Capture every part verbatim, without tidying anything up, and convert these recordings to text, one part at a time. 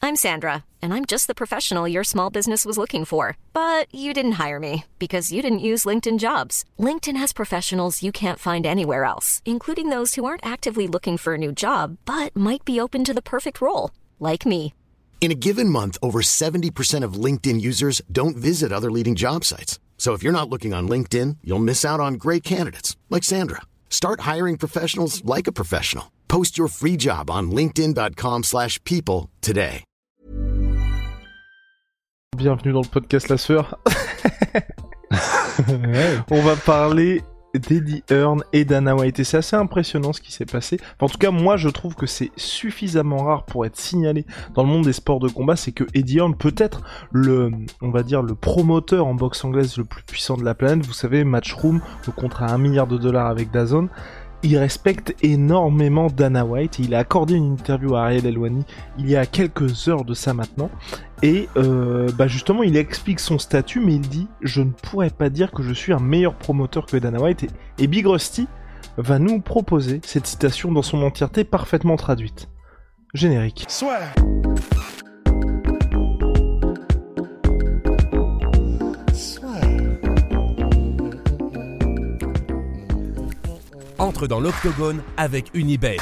I'm Sandra, and I'm just the professional your small business was looking for. But you didn't hire me because you didn't use LinkedIn Jobs. LinkedIn has professionals you can't find anywhere else, including those who aren't actively looking for a new job, but might be open to the perfect role, like me. In a given month, over seventy percent of LinkedIn users don't visit other leading job sites. So if you're not looking on LinkedIn, you'll miss out on great candidates like Sandra. Start hiring professionals like a professional. Post your free job on linkedin.com slash people today. Bienvenue dans le podcast La Sueur. On va parler d'Eddie Hearn et Dana White, et c'est assez impressionnant ce qui s'est passé. Enfin, en tout cas, moi je trouve que c'est suffisamment rare pour être signalé dans le monde des sports de combat. C'est que Eddie Hearn peut être le, on va dire, le promoteur en boxe anglaise le plus puissant de la planète. Vous savez, Matchroom, le contrat à un milliard de dollars avec DAZN. Il respecte énormément Dana White et il a accordé une interview à Ariel Helwani il y a quelques heures de ça maintenant. Et euh, bah justement, il explique son statut, mais il dit « Je ne pourrais pas dire que je suis un meilleur promoteur que Dana White ». Et, et Big Rusty va nous proposer cette citation dans son entièreté parfaitement traduite. Générique. Soit. Entre dans l'octogone avec Unibet.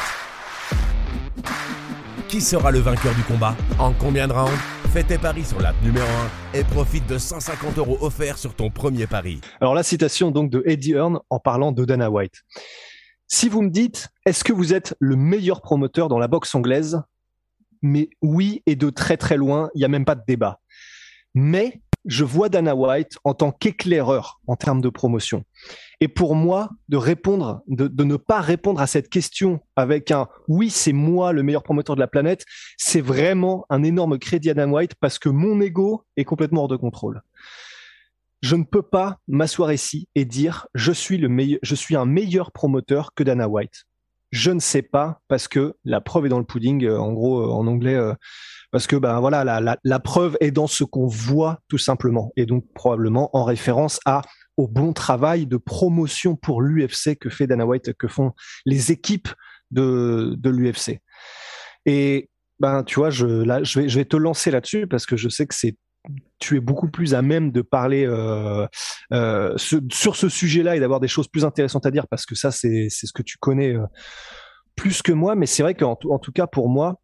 Qui sera le vainqueur du combat? En combien de rounds? Fais tes paris sur l'app numéro un et profite de cent cinquante euros offerts sur ton premier pari. Alors la citation donc de Eddie Hearn en parlant de Dana White. Si vous me dites, est-ce que vous êtes le meilleur promoteur dans la boxe anglaise? Mais oui, et de très très loin, il n'y a même pas de débat. Mais je vois Dana White en tant qu'éclaireur en termes de promotion. Et pour moi, de répondre, de, de ne pas répondre à cette question avec un « oui, c'est moi le meilleur promoteur de la planète », c'est vraiment un énorme crédit à Dana White parce que mon ego est complètement hors de contrôle. Je ne peux pas m'asseoir ici et dire « je suis le meilleur, je suis un meilleur promoteur que Dana White ». Je ne sais pas parce que la preuve est dans le pudding, en gros, en anglais, euh, parce que ben voilà, la, la, la preuve est dans ce qu'on voit tout simplement, et donc probablement en référence à au bon travail de promotion pour l'U F C que fait Dana White, que font les équipes de, de l'U F C. Et ben tu vois, je, là, je vais, je vais te lancer là-dessus parce que je sais que c'est tu es beaucoup plus à même de parler euh, euh, ce, sur ce sujet-là et d'avoir des choses plus intéressantes à dire parce que ça, c'est, c'est ce que tu connais euh, plus que moi. Mais c'est vrai qu'en en tout cas, pour moi,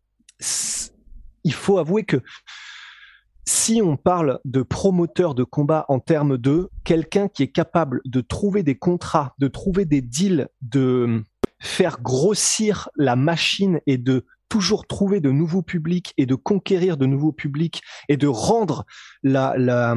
il faut avouer que si on parle de promoteur de combat en termes de quelqu'un qui est capable de trouver des contrats, de trouver des deals, de faire grossir la machine et de toujours trouver de nouveaux publics et de conquérir de nouveaux publics et de rendre la, la,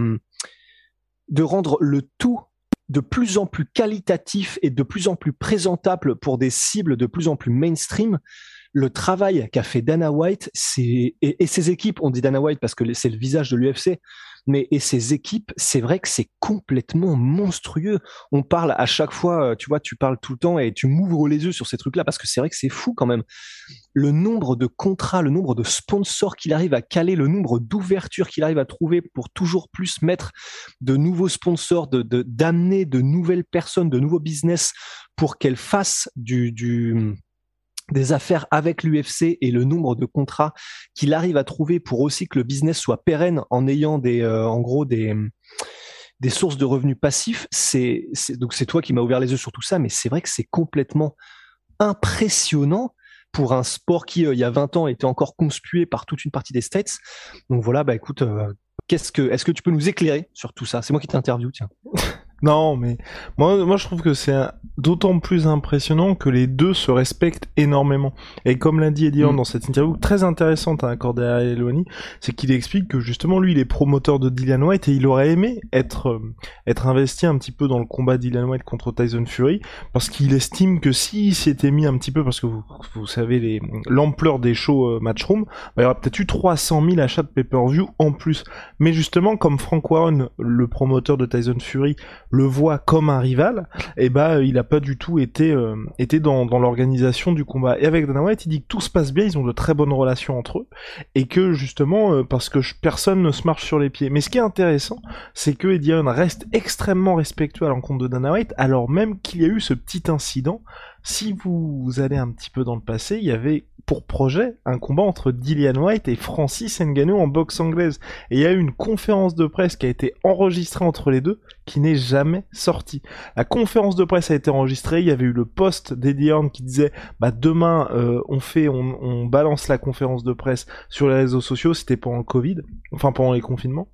de rendre le tout de plus en plus qualitatif et de plus en plus présentable pour des cibles de plus en plus mainstream. Le travail qu'a fait Dana White, c'est et, et ses équipes, on dit Dana White parce que c'est le visage de l'U F C, mais et ses équipes, c'est vrai que c'est complètement monstrueux. On parle à chaque fois, tu vois, tu parles tout le temps et tu m'ouvres les yeux sur ces trucs-là parce que c'est vrai que c'est fou quand même. Le nombre de contrats, le nombre de sponsors qu'il arrive à caler, le nombre d'ouvertures qu'il arrive à trouver pour toujours plus mettre de nouveaux sponsors, de, de d'amener de nouvelles personnes, de nouveaux business pour qu'elles fassent du du des affaires avec l'U F C et le nombre de contrats qu'il arrive à trouver pour aussi que le business soit pérenne en ayant des, euh, en gros des, des sources de revenus passifs. C'est, c'est, donc c'est toi qui m'as ouvert les yeux sur tout ça, mais c'est vrai que c'est complètement impressionnant pour un sport qui, euh, il y a vingt ans, était encore conspué par toute une partie des States. Donc voilà, bah écoute, euh, qu'est-ce que, est-ce que tu peux nous éclairer sur tout ça? C'est moi qui t'interviewe, tiens. Non, mais moi, moi je trouve que c'est un... d'autant plus impressionnant que les deux se respectent énormément. Et comme l'a dit Eddie Hearn mmh. dans cette interview très intéressante à accorder à Ariel Helwani, c'est qu'il explique que justement lui il est promoteur de Dillian Whyte et il aurait aimé être euh, être investi un petit peu dans le combat Dillian Whyte contre Tyson Fury parce qu'il estime que s'il s'était mis un petit peu, parce que vous, vous savez les, l'ampleur des shows euh, Matchroom, bah, il y aurait peut-être eu trois cent mille achats de pay-per-view en plus. Mais justement comme Frank Warren, le promoteur de Tyson Fury, le voit comme un rival, et bah il a pas du tout été euh, été dans dans l'organisation du combat. Et avec Dana White, il dit que tout se passe bien, ils ont de très bonnes relations entre eux, et que justement euh, parce que je, personne ne se marche sur les pieds. Mais ce qui est intéressant, c'est que Eddie Hearn reste extrêmement respectueux à l'encontre de Dana White, alors même qu'il y a eu ce petit incident si vous allez un petit peu dans le passé, il y avait pour projet un combat entre Dillian Whyte et Francis Ngannou en boxe anglaise. Et il y a eu une conférence de presse qui a été enregistrée entre les deux, qui n'est jamais sortie. La conférence de presse a été enregistrée, il y avait eu le post d'Eddie Hearn qui disait bah demain euh, on fait, on, on balance la conférence de presse sur les réseaux sociaux, c'était pendant le Covid, enfin pendant les confinements.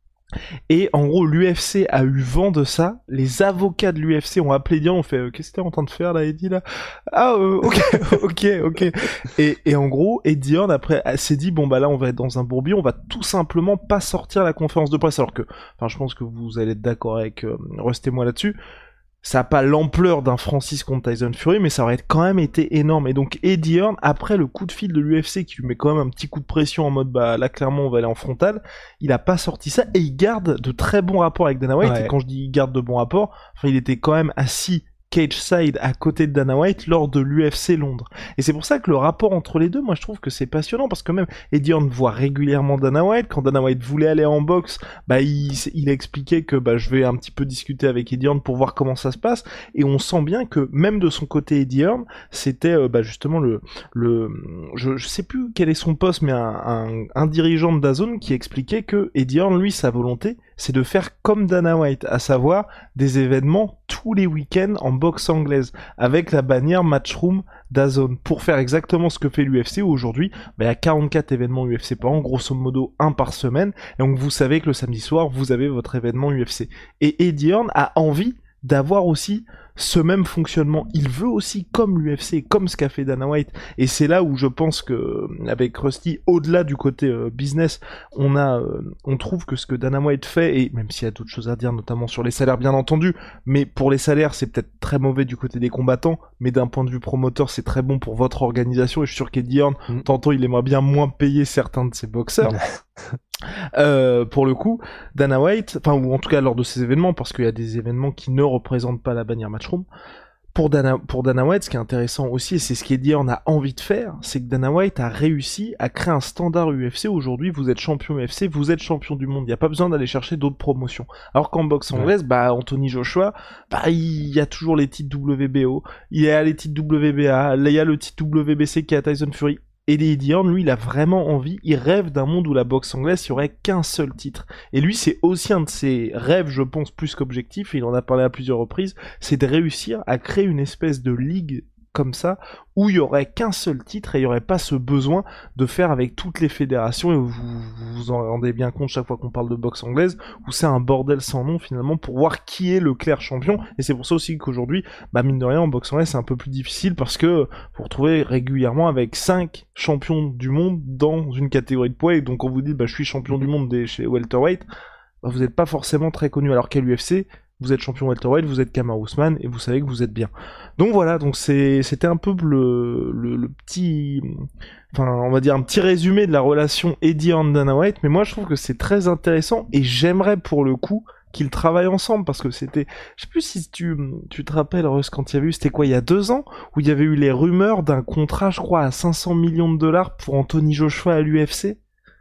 Et en gros, l'U F C a eu vent de ça. Les avocats de l'U F C ont appelé Dion, ont fait euh, qu'est-ce que t'es en train de faire là, Eddie là? Ah, euh, ok, ok, ok. Et, et en gros, Eddie Hearn après s'est dit bon bah là on va être dans un bourbier, on va tout simplement pas sortir la conférence de presse. Alors que, enfin, je pense que vous allez être d'accord avec euh, Rust et moi là-dessus. Ça a pas l'ampleur d'un Francis contre Tyson Fury, mais ça aurait quand même été énorme. Et donc Eddie Hearn, après le coup de fil de l'U F C qui lui met quand même un petit coup de pression en mode bah là clairement on va aller en frontal, il a pas sorti ça et il garde de très bons rapports avec Dana White. Ouais. Et quand je dis il garde de bons rapports, enfin il était quand même assis cage side à côté de Dana White lors de l'U F C Londres. Et c'est pour ça que le rapport entre les deux, moi je trouve que c'est passionnant parce que même Eddie Hearn voit régulièrement Dana White. Quand Dana White voulait aller en boxe, bah il, il a expliqué que bah je vais un petit peu discuter avec Eddie Hearn pour voir comment ça se passe. Et on sent bien que même de son côté Eddie Hearn, c'était euh, bah justement le le je, je sais plus quel est son poste, mais un, un, un dirigeant de D A Z N qui expliquait que Eddie Hearn, lui, sa volonté, c'est de faire comme Dana White, à savoir des événements tous les week-ends en boxe anglaise, avec la bannière Matchroom D A Z N, pour faire exactement ce que fait l'U F C, où aujourd'hui, bah, il y a quarante-quatre événements U F C par an, grosso modo un par semaine, et donc vous savez que le samedi soir, vous avez votre événement U F C. Et Eddie Hearn a envie d'avoir aussi ce même fonctionnement. Il veut aussi, comme l'U F C, comme ce qu'a fait Dana White, et c'est là où je pense que, avec Rusty, au-delà du côté euh, business, on a, euh, on trouve que ce que Dana White fait, et même s'il y a d'autres choses à dire, notamment sur les salaires bien entendu, mais pour les salaires, c'est peut-être très mauvais du côté des combattants, mais d'un point de vue promoteur, c'est très bon pour votre organisation, et je suis sûr qu'Eddie Hearn, mmh. tantôt il aimerait bien moins payer certains de ses boxeurs. Euh, pour le coup, Dana White, enfin ou en tout cas lors de ces événements, parce qu'il y a des événements qui ne représentent pas la bannière Matchroom. Pour Dana, pour Dana White, ce qui est intéressant aussi, et c'est ce qu'Eddie Hearn a envie de faire, c'est que Dana White a réussi à créer un standard U F C. Aujourd'hui, vous êtes champion U F C, vous êtes champion du monde. Il n'y a pas besoin d'aller chercher d'autres promotions. Alors qu'en boxe anglaise, ouais. bah Anthony Joshua, bah il y a toujours les titres W B O, il y a les titres W B A, il y a le titre W B C qui est à Tyson Fury. Et Eddie Hearn, lui, il a vraiment envie, il rêve d'un monde où la boxe anglaise, il n'y aurait qu'un seul titre. Et lui, c'est aussi un de ses rêves, je pense, plus qu'objectif, et il en a parlé à plusieurs reprises, c'est de réussir à créer une espèce de ligue comme ça, où il y aurait qu'un seul titre et il n'y aurait pas ce besoin de faire avec toutes les fédérations, et vous vous, vous en rendez bien compte chaque fois qu'on parle de boxe anglaise, où c'est un bordel sans nom finalement pour voir qui est le clair champion. Et c'est pour ça aussi qu'aujourd'hui, bah mine de rien, en boxe anglaise c'est un peu plus difficile parce que vous retrouvez régulièrement avec cinq champions du monde dans une catégorie de poids, et donc on vous dit bah je suis champion du monde des, chez welterweight, bah, vous n'êtes pas forcément très connu, alors qu'à l'U F C vous êtes champion welterweight, vous êtes Kamaru Usman, et vous savez que vous êtes bien. Donc voilà, donc c'est, c'était un peu le, le, le petit, enfin, on va dire un petit résumé de la relation Eddie Hearn-Dana White, mais moi je trouve que c'est très intéressant, et j'aimerais pour le coup qu'ils travaillent ensemble, parce que c'était, je sais plus si tu, tu te rappelles, Russ, quand il y avait eu, c'était quoi, il y a deux ans, où il y avait eu les rumeurs d'un contrat, je crois, à cinq cents millions de dollars pour Anthony Joshua à l'U F C?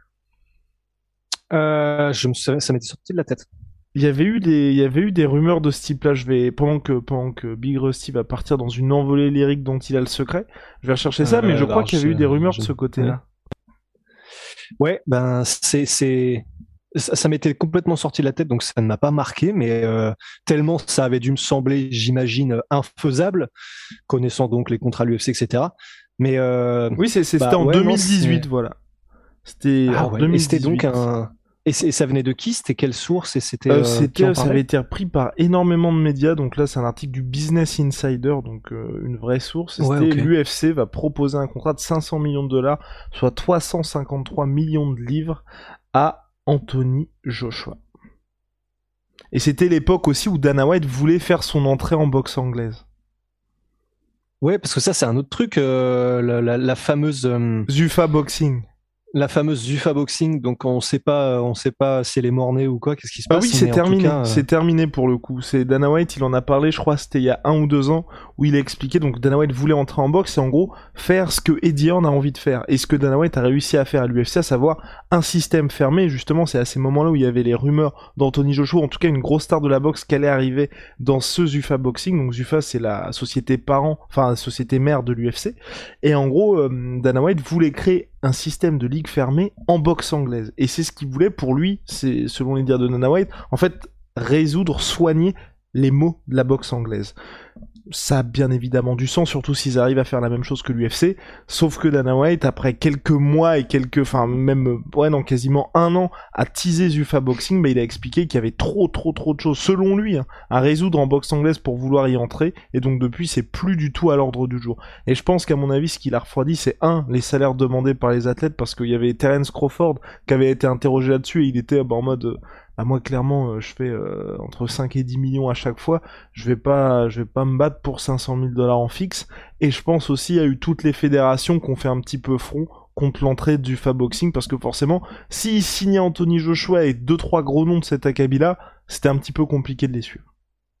Euh, je me souviens, ça m'était sorti de la tête. Il y avait eu des, il y avait eu des rumeurs de ce type-là. Je vais, pendant que, pendant que Big Rusty va partir dans une envolée lyrique dont il a le secret, je vais rechercher ça, euh, mais je crois qu'il y avait je, eu des rumeurs je, de ce côté-là. Ouais, ben, c'est, c'est, ça, ça m'était complètement sorti de la tête, donc ça ne m'a pas marqué, mais euh, tellement ça avait dû me sembler, j'imagine, infaisable, connaissant donc les contrats à l'U F C, et cetera. Mais euh, oui, c'est, c'est, bah, c'était en ouais, deux mille dix-huit, non, voilà. C'était ah, en ouais, deux mille dix-huit. Et c'était donc un. Et, et ça venait de qui? C'était quelle source? Et c'était, euh, c'était euh, ça avait été repris par énormément de médias. Donc là, c'est un article du Business Insider, donc euh, une vraie source. Et ouais, c'était okay. L'U F C va proposer un contrat de cinq cents millions de dollars, soit trois cent cinquante-trois millions de livres, à Anthony Joshua. Et c'était l'époque aussi où Dana White voulait faire son entrée en boxe anglaise. Ouais, parce que ça, c'est un autre truc, euh, la, la, la fameuse... Euh... Zuffa Boxing. la fameuse Zuffa Boxing, donc on sait pas, on sait pas si elle est mort-née ou quoi, qu'est-ce qui se Ah passe. oui, c'est mais en terminé, tout cas, euh, c'est terminé pour le coup. C'est Dana White, il en a parlé, je crois, c'était il y a un ou deux ans, où il a expliqué, donc Dana White voulait entrer en boxe et en gros, faire ce que Eddie Hearn a envie de faire. Et ce que Dana White a réussi à faire à l'U F C, à savoir un système fermé, justement, c'est à ces moments-là où il y avait les rumeurs d'Anthony Joshua, en tout cas une grosse star de la boxe qui allait arriver dans ce Zuffa Boxing. Donc Zuffa, c'est la société parent, enfin la société mère de l'U F C. Et en gros, euh, Dana White voulait créer un système de ligue fermée en boxe anglaise. Et c'est ce qu'il voulait pour lui, c'est selon les dires de Dana White, en fait, résoudre, soigner les maux de la boxe anglaise. Ça a bien évidemment du sens, surtout s'ils arrivent à faire la même chose que l'U F C, sauf que Dana White, après quelques mois et quelques, enfin même, ouais non, quasiment un an à teaser Zuffa Boxing, bah, il a expliqué qu'il y avait trop trop trop de choses, selon lui, hein, à résoudre en boxe anglaise pour vouloir y entrer, et donc depuis c'est plus du tout à l'ordre du jour. Et je pense qu'à mon avis, ce qui l'a refroidi, c'est un, les salaires demandés par les athlètes, parce qu'il y avait Terence Crawford qui avait été interrogé là-dessus, et il était bah, en mode... Euh, bah moi clairement je fais euh, entre cinq et dix millions à chaque fois, je vais pas je vais pas me battre pour cinq cent mille dollars en fixe. Et je pense aussi il y a eu toutes les fédérations qui ont fait un petit peu front contre l'entrée du Zuffa Boxing, parce que forcément s'ils signaient Anthony Joshua et deux trois gros noms de cet acabit là, c'était un petit peu compliqué de les suivre.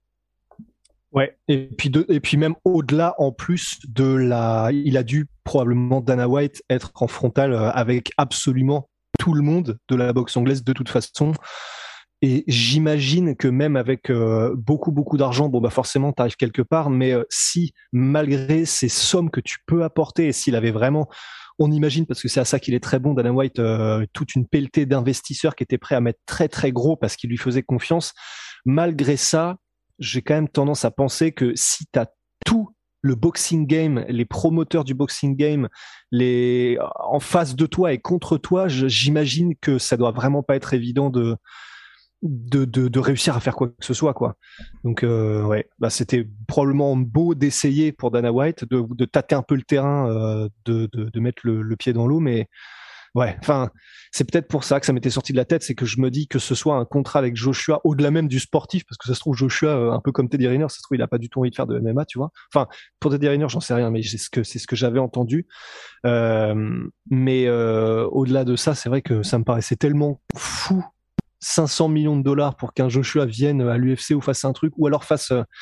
Ouais, et puis de, et puis même au-delà, en plus de la, il a dû probablement Dana White être en frontal avec absolument tout le monde de la boxe anglaise de toute façon. Et j'imagine que même avec euh, beaucoup beaucoup d'argent, bon bah forcément t'arrives quelque part, mais euh, si malgré ces sommes que tu peux apporter, et s'il avait vraiment, on imagine, parce que c'est à ça qu'il est très bon, Dana White, euh, toute une pelletée d'investisseurs qui étaient prêts à mettre très très gros parce qu'ils lui faisaient confiance, malgré ça, j'ai quand même tendance à penser que si t'as tout le boxing game, les promoteurs du boxing game, les en face de toi et contre toi, je, j'imagine que ça doit vraiment pas être évident de De, de, de réussir à faire quoi que ce soit, quoi. Donc, euh, ouais, bah, c'était probablement beau d'essayer pour Dana White, de, de tâter un peu le terrain, euh, de, de, de mettre le, le pied dans l'eau, mais ouais, enfin, c'est peut-être pour ça que ça m'était sorti de la tête, c'est que je me dis que ce soit un contrat avec Joshua, au-delà même du sportif, parce que ça se trouve, Joshua, euh, un peu comme Teddy Riner, ça se trouve, il a pas du tout envie de faire de M M A, tu vois. Enfin, pour Teddy Riner, j'en sais rien, mais c'est ce que, c'est ce que j'avais entendu. Euh, mais euh, au-delà de ça, c'est vrai que ça me paraissait tellement fou, cinq cents millions de dollars pour qu'un Joshua vienne à l'U F C ou fasse un truc, ou alors fasse euh,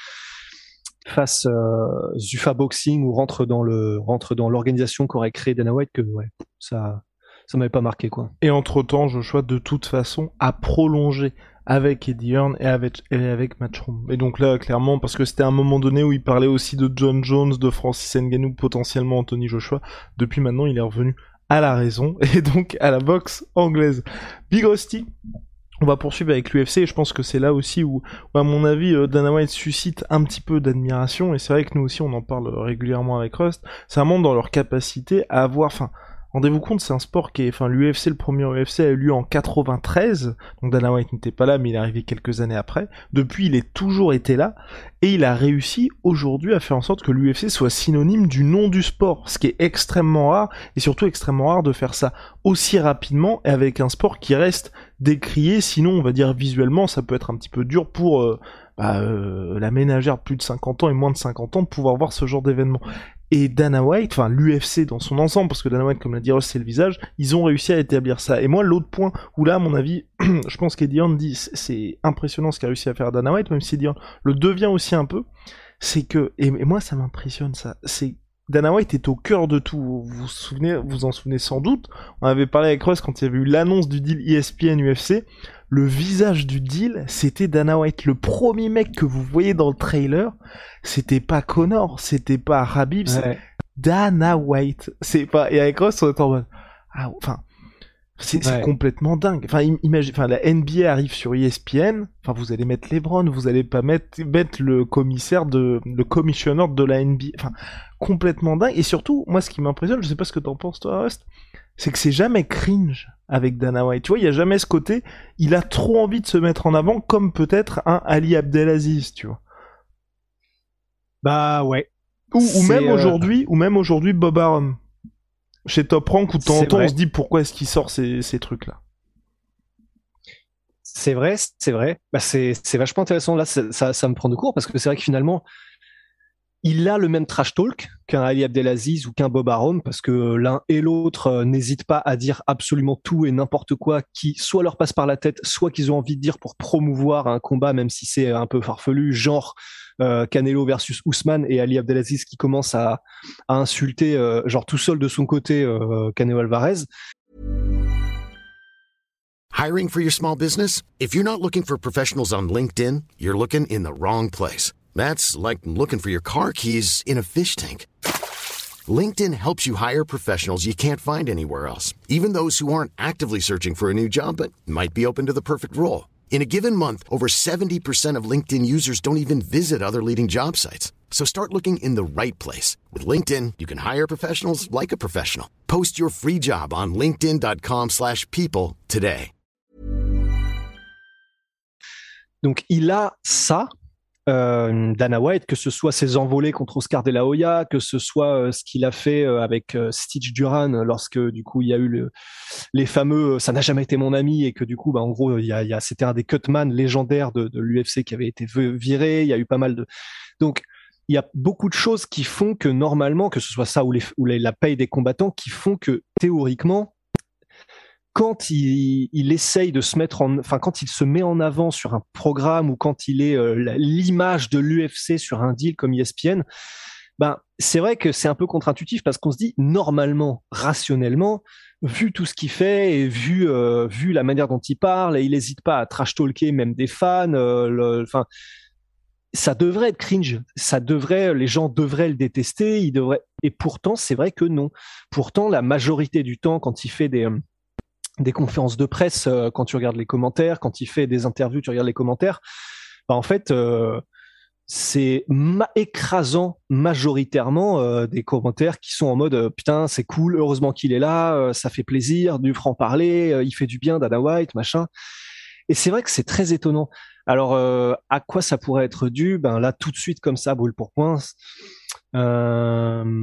fasse euh, Zuffa Boxing ou rentre dans le rentre dans l'organisation qu'aurait créé Dana White, que ouais, ça ça m'avait pas marqué, quoi. Et entre-temps, Joshua de toute façon a prolongé avec Eddie Hearn et avec, et avec Matchroom. Et donc là, clairement, parce que c'était un moment donné où il parlait aussi de John Jones, de Francis Ngannou, potentiellement Anthony Joshua. Depuis maintenant, il est revenu à la raison et donc à la boxe anglaise. Big Rusty, on va poursuivre avec l'U F C, et je pense que c'est là aussi où, où à mon avis, Dana White suscite un petit peu d'admiration, et c'est vrai que nous aussi on en parle régulièrement avec Rust, c'est vraiment dans leur capacité à avoir, enfin, rendez-vous compte, c'est un sport qui est, enfin, l'U F C, le premier U F C a eu lieu en quatre-vingt-treize, donc Dana White n'était pas là, mais il est arrivé quelques années après. Depuis, il est toujours été là, et il a réussi aujourd'hui à faire en sorte que l'U F C soit synonyme du nom du sport, ce qui est extrêmement rare, et surtout extrêmement rare de faire ça aussi rapidement, et avec un sport qui reste décrié, sinon, on va dire visuellement, ça peut être un petit peu dur pour euh, bah, euh, la ménagère de plus de cinquante ans et moins de cinquante ans de pouvoir voir ce genre d'événement. Et Dana White, enfin l'U F C dans son ensemble, parce que Dana White, comme l'a dit Ross, c'est le visage, ils ont réussi à établir ça. Et moi, l'autre point, où là, à mon avis, je pense qu'Eddie Hearn dit, c'est impressionnant ce qu'a réussi à faire Dana White, même si Eddie Hearn le devient aussi un peu, c'est que, et, et moi ça m'impressionne ça, c'est Dana White est au cœur de tout. Vous vous souvenez, vous en souvenez sans doute, on avait parlé avec Ross quand il y avait eu l'annonce du deal E S P N U F C, le visage du deal, c'était Dana White. Le premier mec que vous voyez dans le trailer, c'était pas Conor, c'était pas Khabib, ouais. C'est Dana White. C'est pas, et avec Ross, on est en mode, ah, enfin, c'est, ouais. C'est complètement dingue. Enfin, imagine, enfin, la N B A arrive sur E S P N, enfin, vous allez mettre LeBron, vous allez pas mettre, mettre le commissaire de, le commissioner de la N B A, enfin, complètement dingue. Et surtout, moi, ce qui m'impressionne, je sais pas ce que t'en penses, toi, Rust, c'est que c'est jamais cringe avec Dana White. Tu vois, il y a jamais ce côté, il a trop envie de se mettre en avant, comme peut-être un Ali Abdelaziz, tu vois. Bah, ouais. Ou, ou même euh... aujourd'hui, ou même aujourd'hui, Bob Arum. Chez Top Rank, où de temps en temps, on se dit pourquoi est-ce qu'il sort ces, ces trucs-là. C'est vrai, c'est vrai. Bah, c'est, c'est vachement intéressant. Là, ça, ça me prend de court, parce que c'est vrai que finalement, il a le même trash talk qu'un Ali Abdelaziz ou qu'un Bob Arum, parce que l'un et l'autre euh, n'hésitent pas à dire absolument tout et n'importe quoi qui soit leur passe par la tête, soit qu'ils ont envie de dire pour promouvoir un combat, même si c'est un peu farfelu, genre euh, Canelo versus Ousmane et Ali Abdelaziz qui commence à, à insulter, euh, genre tout seul de son côté, euh, Canelo Alvarez. Hiring for your small business? If you're not looking for professionals on LinkedIn, you're looking in the wrong place. That's like looking for your car keys in a fish tank. LinkedIn helps you hire professionals you can't find anywhere else, even those who aren't actively searching for a new job but might be open to the perfect role. In a given month, over seventy percent of LinkedIn users don't even visit other leading job sites. So start looking in the right place. With LinkedIn, you can hire professionals like a professional. Post your free job on linkedin dot com slash people today. Donc il a ça, euh, Dana White, que ce soit ses envolées contre Oscar De La Hoya, que ce soit euh, ce qu'il a fait euh, avec euh, Stitch Duran lorsque du coup il y a eu le, les fameux euh, ça n'a jamais été mon ami, et que du coup bah, en gros il y a, il y a, c'était un des cutman légendaires de, de l'U F C qui avait été viré. Il y a eu pas mal de... Donc il y a beaucoup de choses qui font que normalement, que ce soit ça ou, les, ou les, la paye des combattants, qui font que théoriquement, quand il, il essaye de se mettre en, enfin quand il se met en avant sur un programme, ou quand il est euh, l'image de l'U F C sur un deal comme E S P N, ben c'est vrai que c'est un peu contre-intuitif, parce qu'on se dit normalement, rationnellement, vu tout ce qu'il fait et vu euh, vu la manière dont il parle, et il n'hésite pas à trash talker même des fans, euh, enfin ça devrait être cringe, ça devrait, les gens devraient le détester, ils devraient, et pourtant c'est vrai que non. Pourtant la majorité du temps, quand il fait des euh, des conférences de presse, euh, quand tu regardes les commentaires, quand il fait des interviews, tu regardes les commentaires, bah en fait, euh, c'est ma- écrasant majoritairement euh, des commentaires qui sont en mode euh, putain, c'est cool, heureusement qu'il est là, euh, ça fait plaisir, du franc-parler, euh, il fait du bien, Dana White, machin. Et c'est vrai que c'est très étonnant. Alors, euh, à quoi ça pourrait être dû? Ben là, tout de suite, comme ça, brûle pour point. Euh...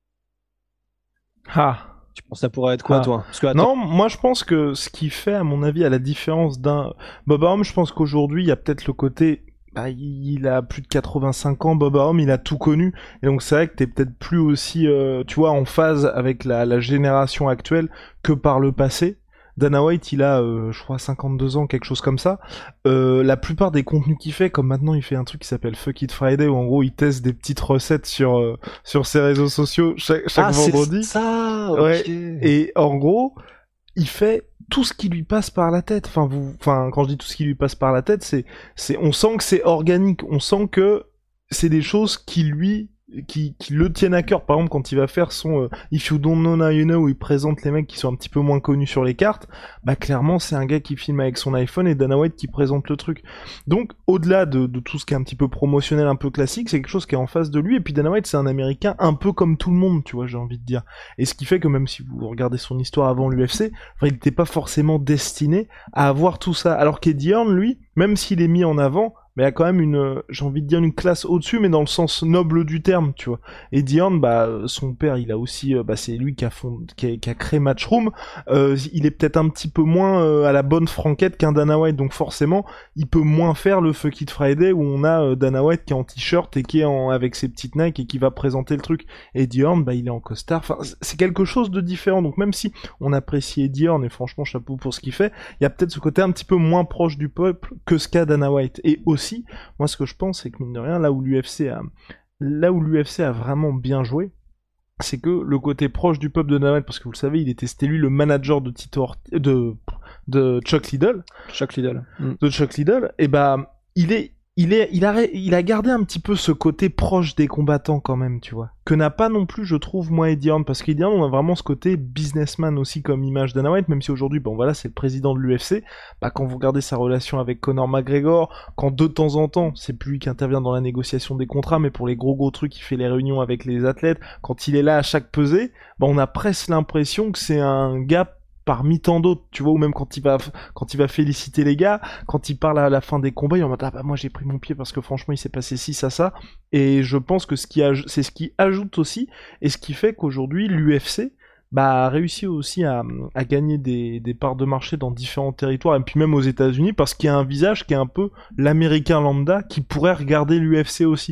Ah. Tu penses que ça pourrait être quoi, ah. toi? Parce que, Non, moi je pense que ce qui fait, à mon avis, à la différence d'un Bob Arum, je pense qu'aujourd'hui, il y a peut-être le côté... Bah, il a plus de quatre-vingt-cinq ans, Bob Arum, il a tout connu, et donc c'est vrai que t'es peut-être plus aussi, euh, tu vois, en phase avec la, la génération actuelle que par le passé. Dana White, il a, euh, je crois, cinquante-deux ans, quelque chose comme ça. Euh, la plupart des contenus qu'il fait, comme maintenant, il fait un truc qui s'appelle Fuck It Friday, où en gros, il teste des petites recettes sur euh, sur ses réseaux sociaux chaque, chaque ah, vendredi. C'est ça, ok. Ouais. Et en gros, il fait tout ce qui lui passe par la tête. Enfin, vous, enfin, quand je dis tout ce qui lui passe par la tête, c'est, c'est, on sent que c'est organique. On sent que c'est des choses qui lui Qui, qui le tiennent à cœur. Par exemple, quand il va faire son euh, If You Don't Know Now You Know, où il présente les mecs qui sont un petit peu moins connus sur les cartes, bah clairement c'est un gars qui filme avec son iPhone et Dana White qui présente le truc. Donc au-delà de, de tout ce qui est un petit peu promotionnel, un peu classique, c'est quelque chose qui est en face de lui. Et puis Dana White, c'est un Américain un peu comme tout le monde, tu vois, j'ai envie de dire. Et ce qui fait que même si vous regardez son histoire avant l'U F C, enfin, il n'était pas forcément destiné à avoir tout ça. Alors qu'Eddie Hearn, lui, même s'il est mis en avant, mais il y a quand même une, j'ai envie de dire une classe au-dessus, mais dans le sens noble du terme, tu vois. Et Dion, bah, son père, il a aussi, bah, c'est lui qui a fond, qui a, qui a créé Matchroom. Euh, il est peut-être un petit peu moins euh, à la bonne franquette qu'un Dana White, donc forcément, il peut moins faire le Fuck It Friday où on a euh, Dana White qui est en t-shirt et qui est en, avec ses petites Nike et qui va présenter le truc. Et Dion, bah, il est en costard. Enfin, c'est quelque chose de différent. Donc même si on apprécie Dion et franchement chapeau pour ce qu'il fait, il y a peut-être ce côté un petit peu moins proche du peuple que ce qu'a Dana White. Et aussi, moi ce que je pense c'est que mine de rien, là où l'U F C a là où l'U F C a vraiment bien joué, c'est que le côté proche du peuple de Dana White, parce que vous le savez, il était c'était lui le manager de Tito Ortiz, de de Chuck Liddell, Chuck Liddell, de Chuck Liddell, et bah il est il est il a il a gardé un petit peu ce côté proche des combattants quand même, tu vois, que n'a pas non plus, je trouve, moi Eddie Hearn, parce qu'Eddie Hearn, on a vraiment ce côté businessman aussi comme image. Dana White, même si aujourd'hui, bon voilà, c'est le président de l'U F C, bah quand vous regardez sa relation avec Conor McGregor, quand de temps en temps, c'est plus lui qui intervient dans la négociation des contrats, mais pour les gros gros trucs, il fait les réunions avec les athlètes, quand il est là à chaque pesée, bah on a presque l'impression que c'est un gars parmi tant d'autres, tu vois, ou même quand il va quand il va féliciter les gars, quand il parle à la fin des combats, il en mode ah bah moi j'ai pris mon pied parce que franchement il s'est passé ci ça ça, et je pense que ce qui a, c'est ce qui ajoute aussi, et ce qui fait qu'aujourd'hui l'U F C bah a réussi aussi à, à gagner des, des parts de marché dans différents territoires, et puis même aux États-Unis, parce qu'il y a un visage qui est un peu l'américain lambda qui pourrait regarder l'U F C aussi.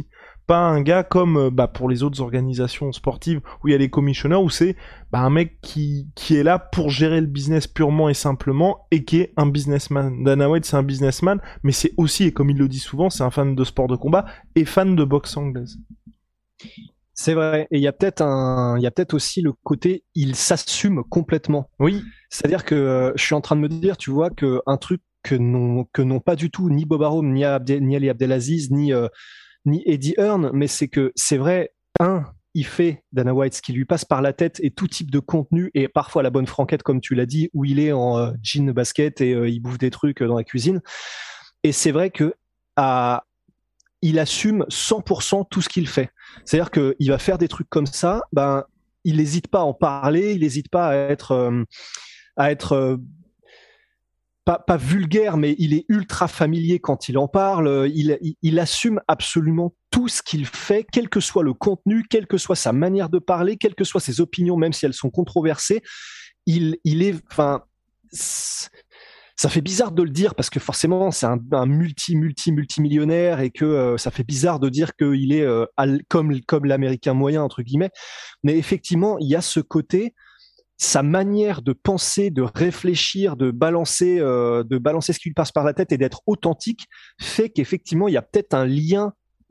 pas un gars comme euh, bah pour les autres organisations sportives où il y a les commissioners, où c'est bah un mec qui qui est là pour gérer le business purement et simplement et qui est un businessman. Dana White c'est un businessman, mais c'est aussi, et comme il le dit souvent, c'est un fan de sport de combat et fan de boxe anglaise. C'est vrai, et il y a peut-être un, il y a peut-être aussi le côté, il s'assume complètement. Oui. C'est-à-dire que euh, je suis en train de me dire, tu vois, que un truc que n'ont que n'ont pas du tout ni Bob Arum, ni, Abde, ni Ali Abdelaziz, ni euh, ni Eddie Hearn, mais c'est que c'est vrai, un, il fait Dana White ce qui lui passe par la tête et tout type de contenu et parfois la bonne franquette comme tu l'as dit, où il est en euh, jean basket et euh, il bouffe des trucs dans la cuisine. Et c'est vrai que à il assume cent pour cent tout ce qu'il fait. C'est-à-dire qu'il va faire des trucs comme ça, ben, il n'hésite pas à en parler, il n'hésite pas à être, euh, à être euh, pas, pas vulgaire, mais il est ultra familier quand il en parle. Il, il, il assume absolument tout ce qu'il fait, quel que soit le contenu, quelle que soit sa manière de parler, quelles que soient ses opinions, même si elles sont controversées. Il, il est, enfin, ça fait bizarre de le dire parce que forcément c'est un, un multi multi multimillionnaire et que euh, ça fait bizarre de dire qu'il est euh, comme comme l'américain moyen entre guillemets, mais effectivement il y a ce côté, sa manière de penser, de réfléchir, de balancer euh, de balancer ce qui lui passe par la tête et d'être authentique fait qu'effectivement il y a peut-être un lien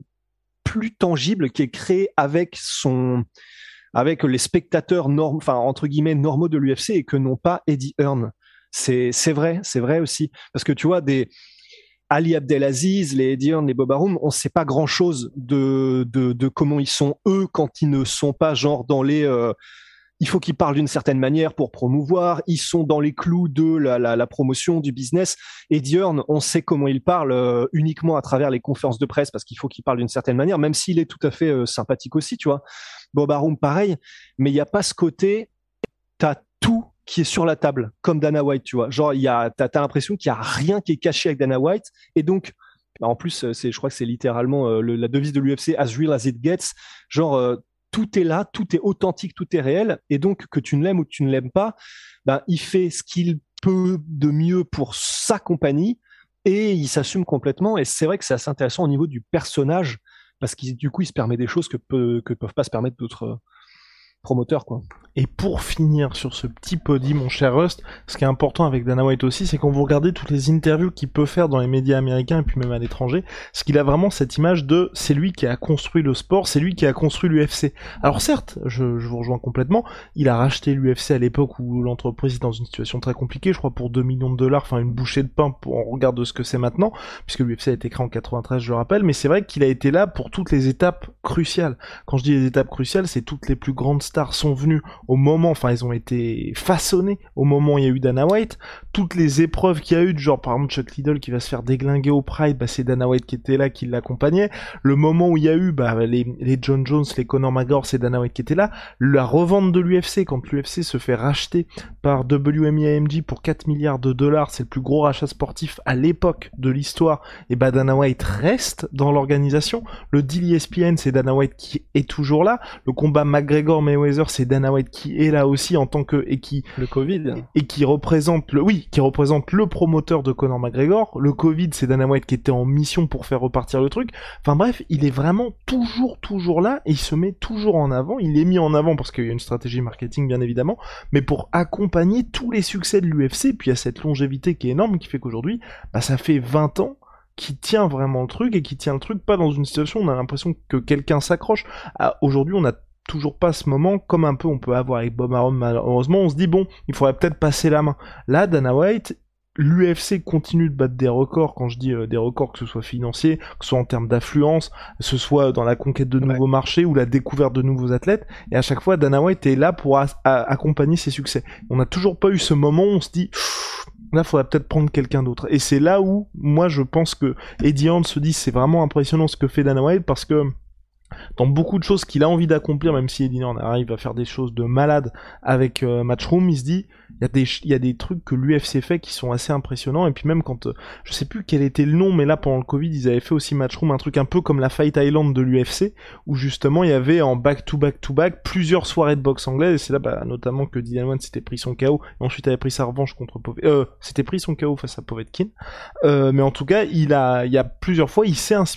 plus tangible qui est créé avec son avec les spectateurs norm, enfin entre guillemets normaux de l'U F C et que n'ont pas Eddie Hearn. C'est, c'est vrai, c'est vrai aussi. Parce que tu vois, des Ali Abdelaziz, les Eddie Hearn, les Bob Arum, on ne sait pas grand-chose de, de, de comment ils sont eux quand ils ne sont pas genre dans les... Euh, il faut qu'ils parlent d'une certaine manière pour promouvoir. Ils sont dans les clous de la, la, la promotion, du business. Eddie Hearn, on sait comment il parle euh, uniquement à travers les conférences de presse parce qu'il faut qu'il parle d'une certaine manière, même s'il est tout à fait euh, sympathique aussi, tu vois. Bob Arum, pareil. Mais il n'y a pas ce côté... T'as tout qui est sur la table, comme Dana White, tu vois. Genre, il y a, t'as, t'as l'impression qu'il y a rien qui est caché avec Dana White. Et donc, en plus, c'est, je crois que c'est littéralement euh, le, la devise de l'U F C, as real as it gets. Genre, euh, tout est là, tout est authentique, tout est réel. Et donc, que tu ne l'aimes ou que tu ne l'aimes pas, ben, il fait ce qu'il peut de mieux pour sa compagnie et il s'assume complètement. Et c'est vrai que c'est assez intéressant au niveau du personnage parce qu'il, du coup, il se permet des choses que peut, que peuvent pas se permettre d'autres euh, promoteurs, quoi. Et pour finir sur ce petit podium, mon cher Rust, ce qui est important avec Dana White aussi, c'est quand vous regardez toutes les interviews qu'il peut faire dans les médias américains et puis même à l'étranger, c'est qu'il a vraiment cette image de c'est lui qui a construit le sport, c'est lui qui a construit l'U F C. Alors certes, je, je vous rejoins complètement, il a racheté l'U F C à l'époque où l'entreprise est dans une situation très compliquée, je crois pour deux millions de dollars, enfin une bouchée de pain pour, on regarde de ce que c'est maintenant, puisque l'U F C a été créé en quatre-vingt-treize, je le rappelle, mais c'est vrai qu'il a été là pour toutes les étapes cruciales. Quand je dis les étapes cruciales, c'est toutes les plus grandes stars sont venues au moment, enfin ils ont été façonnés au moment où il y a eu Dana White, toutes les épreuves qu'il y a eu, genre par exemple Chuck Liddell qui va se faire déglinguer au Pride, bah c'est Dana White qui était là, qui l'accompagnait, le moment où il y a eu bah les, les John Jones, les Conor McGregor, c'est Dana White qui était là, la revente de l'U F C, quand l'U F C se fait racheter par W M E A M G pour quatre milliards de dollars, c'est le plus gros rachat sportif à l'époque de l'histoire, et bah Dana White reste dans l'organisation, le deal E S P N c'est Dana White qui est toujours là, le combat McGregor-Mayweather c'est Dana White qui est là aussi en tant que et qui le Covid et qui représente le oui qui représente le promoteur de Conor McGregor. Le Covid c'est Dana White qui était en mission pour faire repartir le truc. Enfin bref, il est vraiment toujours toujours là et il se met toujours en avant. Il est mis en avant parce qu'il y a une stratégie marketing bien évidemment, mais pour accompagner tous les succès de l'U F C. Puis il y a cette longévité qui est énorme qui fait qu'aujourd'hui, bah ça fait vingt ans qui tient vraiment le truc et qui tient le truc pas dans une situation où on a l'impression que quelqu'un s'accroche. Ah, aujourd'hui on a toujours pas ce moment, comme un peu on peut avoir avec Bob Arum malheureusement, on se dit bon, il faudrait peut-être passer la main. Là, Dana White, l'U F C continue de battre des records, quand je dis euh, des records, que ce soit financiers, que ce soit en termes d'affluence, que ce soit dans la conquête de nouveaux ouais. marchés ou la découverte de nouveaux athlètes, et à chaque fois, Dana White est là pour a- a- accompagner ses succès. On n'a toujours pas eu ce moment où on se dit là, faudrait peut-être prendre quelqu'un d'autre. Et c'est là où, moi, je pense que Eddie Hearn se dit c'est vraiment impressionnant ce que fait Dana White, parce que dans beaucoup de choses qu'il a envie d'accomplir, même si Eddie Hearn arrive à faire des choses de malade avec euh, Matchroom, il se dit il y a des il y a des trucs que l'U F C fait qui sont assez impressionnants. Et puis même quand euh, je sais plus quel était le nom, mais là pendant le Covid ils avaient fait aussi Matchroom, un truc un peu comme la Fight Island de l'U F C, où justement il y avait en back to back to back plusieurs soirées de boxe anglaise. Et c'est là bah, notamment que Dillian Wayne s'était pris son K O et ensuite avait pris sa revanche contre Pove... euh s'était pris son K O face à Povetkin. Euh, mais en tout cas il a il y a plusieurs fois il s'est inspiré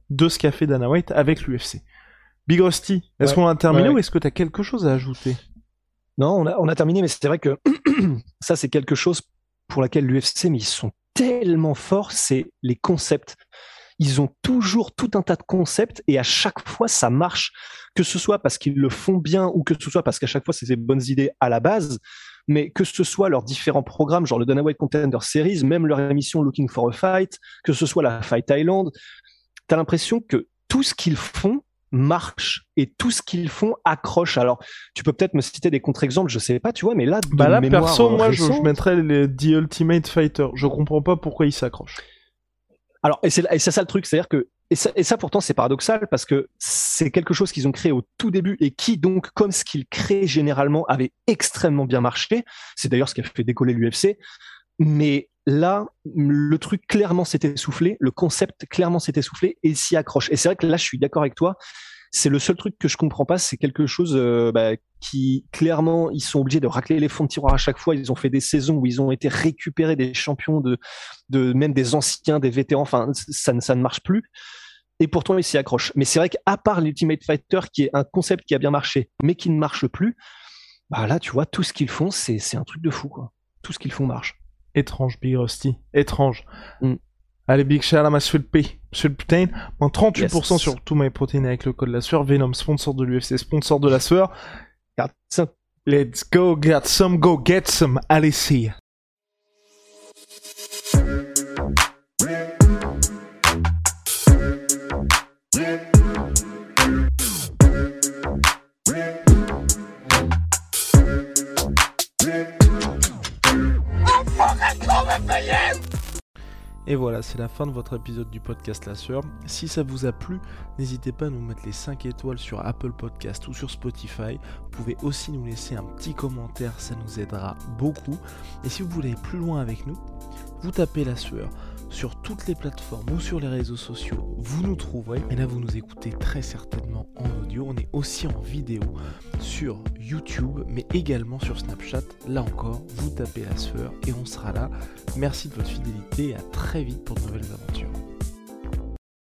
de ce qu'a fait Dana White avec l'U F C. Big Rusty, est-ce ouais, qu'on a terminé ouais. ou est-ce que tu as quelque chose à ajouter? Non, on a, on a terminé, mais c'est vrai que ça, c'est quelque chose pour laquelle l'U F C, mais ils sont tellement forts, c'est les concepts. Ils ont toujours tout un tas de concepts et à chaque fois, ça marche. Que ce soit parce qu'ils le font bien ou que ce soit parce qu'à chaque fois, c'est des bonnes idées à la base, mais que ce soit leurs différents programmes, genre le Dana White Contender Series, même leur émission Looking for a Fight, que ce soit la Fight Island, t'as l'impression que tout ce qu'ils font marche et tout ce qu'ils font accroche. Alors, tu peux peut-être me citer des contre-exemples, je sais pas, tu vois, mais là, de Bah là, mémoire perso, moi, je, récente... je mettrais les The Ultimate Fighter. Je comprends pas pourquoi ils s'accrochent. Alors, et c'est, et c'est ça le truc, c'est-à-dire que, et ça, et ça pourtant c'est paradoxal parce que c'est quelque chose qu'ils ont créé au tout début et qui donc, comme ce qu'ils créent généralement, avait extrêmement bien marché. C'est d'ailleurs ce qui a fait décoller l'U F C. Mais là, le truc clairement s'est essoufflé, le concept clairement s'est essoufflé et s'y accroche. Et c'est vrai que là, je suis d'accord avec toi. C'est le seul truc que je comprends pas, c'est quelque chose euh, bah, qui clairement ils sont obligés de racler les fonds de tiroir à chaque fois. Ils ont fait des saisons où ils ont été récupérés des champions de, de même des anciens, des vétérans. Enfin, ça, ça ne marche plus. Et pourtant ils s'y accrochent. Mais c'est vrai qu'à part l'Ultimate Fighter, qui est un concept qui a bien marché, mais qui ne marche plus, bah là tu vois tout ce qu'ils font, c'est c'est un truc de fou quoi. Tout ce qu'ils font marche. Étrange, Big Rusty. Étrange. Mm. Allez, Big shout à Monsieur le P. Monsieur le Putain. Moins trente-huit pour cent Yes. sur tout My Protein avec le code La Sueur. Venom, sponsor de l'U F C, sponsor de La Sueur. Regarde ça. Let's go get some, go get some. Allez, see. Et voilà, c'est la fin de votre épisode du podcast La Sueur. Si ça vous a plu, n'hésitez pas à nous mettre les cinq étoiles sur Apple Podcast ou sur Spotify. Vous pouvez aussi nous laisser un petit commentaire, ça nous aidera beaucoup. Et si vous voulez aller plus loin avec nous, vous tapez La Sueur sur toutes les plateformes ou sur les réseaux sociaux, vous nous trouverez. Et là, vous nous écoutez très certainement en audio. On est aussi en vidéo sur YouTube, mais également sur Snapchat. Là encore, vous tapez La Sueur et on sera là. Merci de votre fidélité et à très vite pour de nouvelles aventures.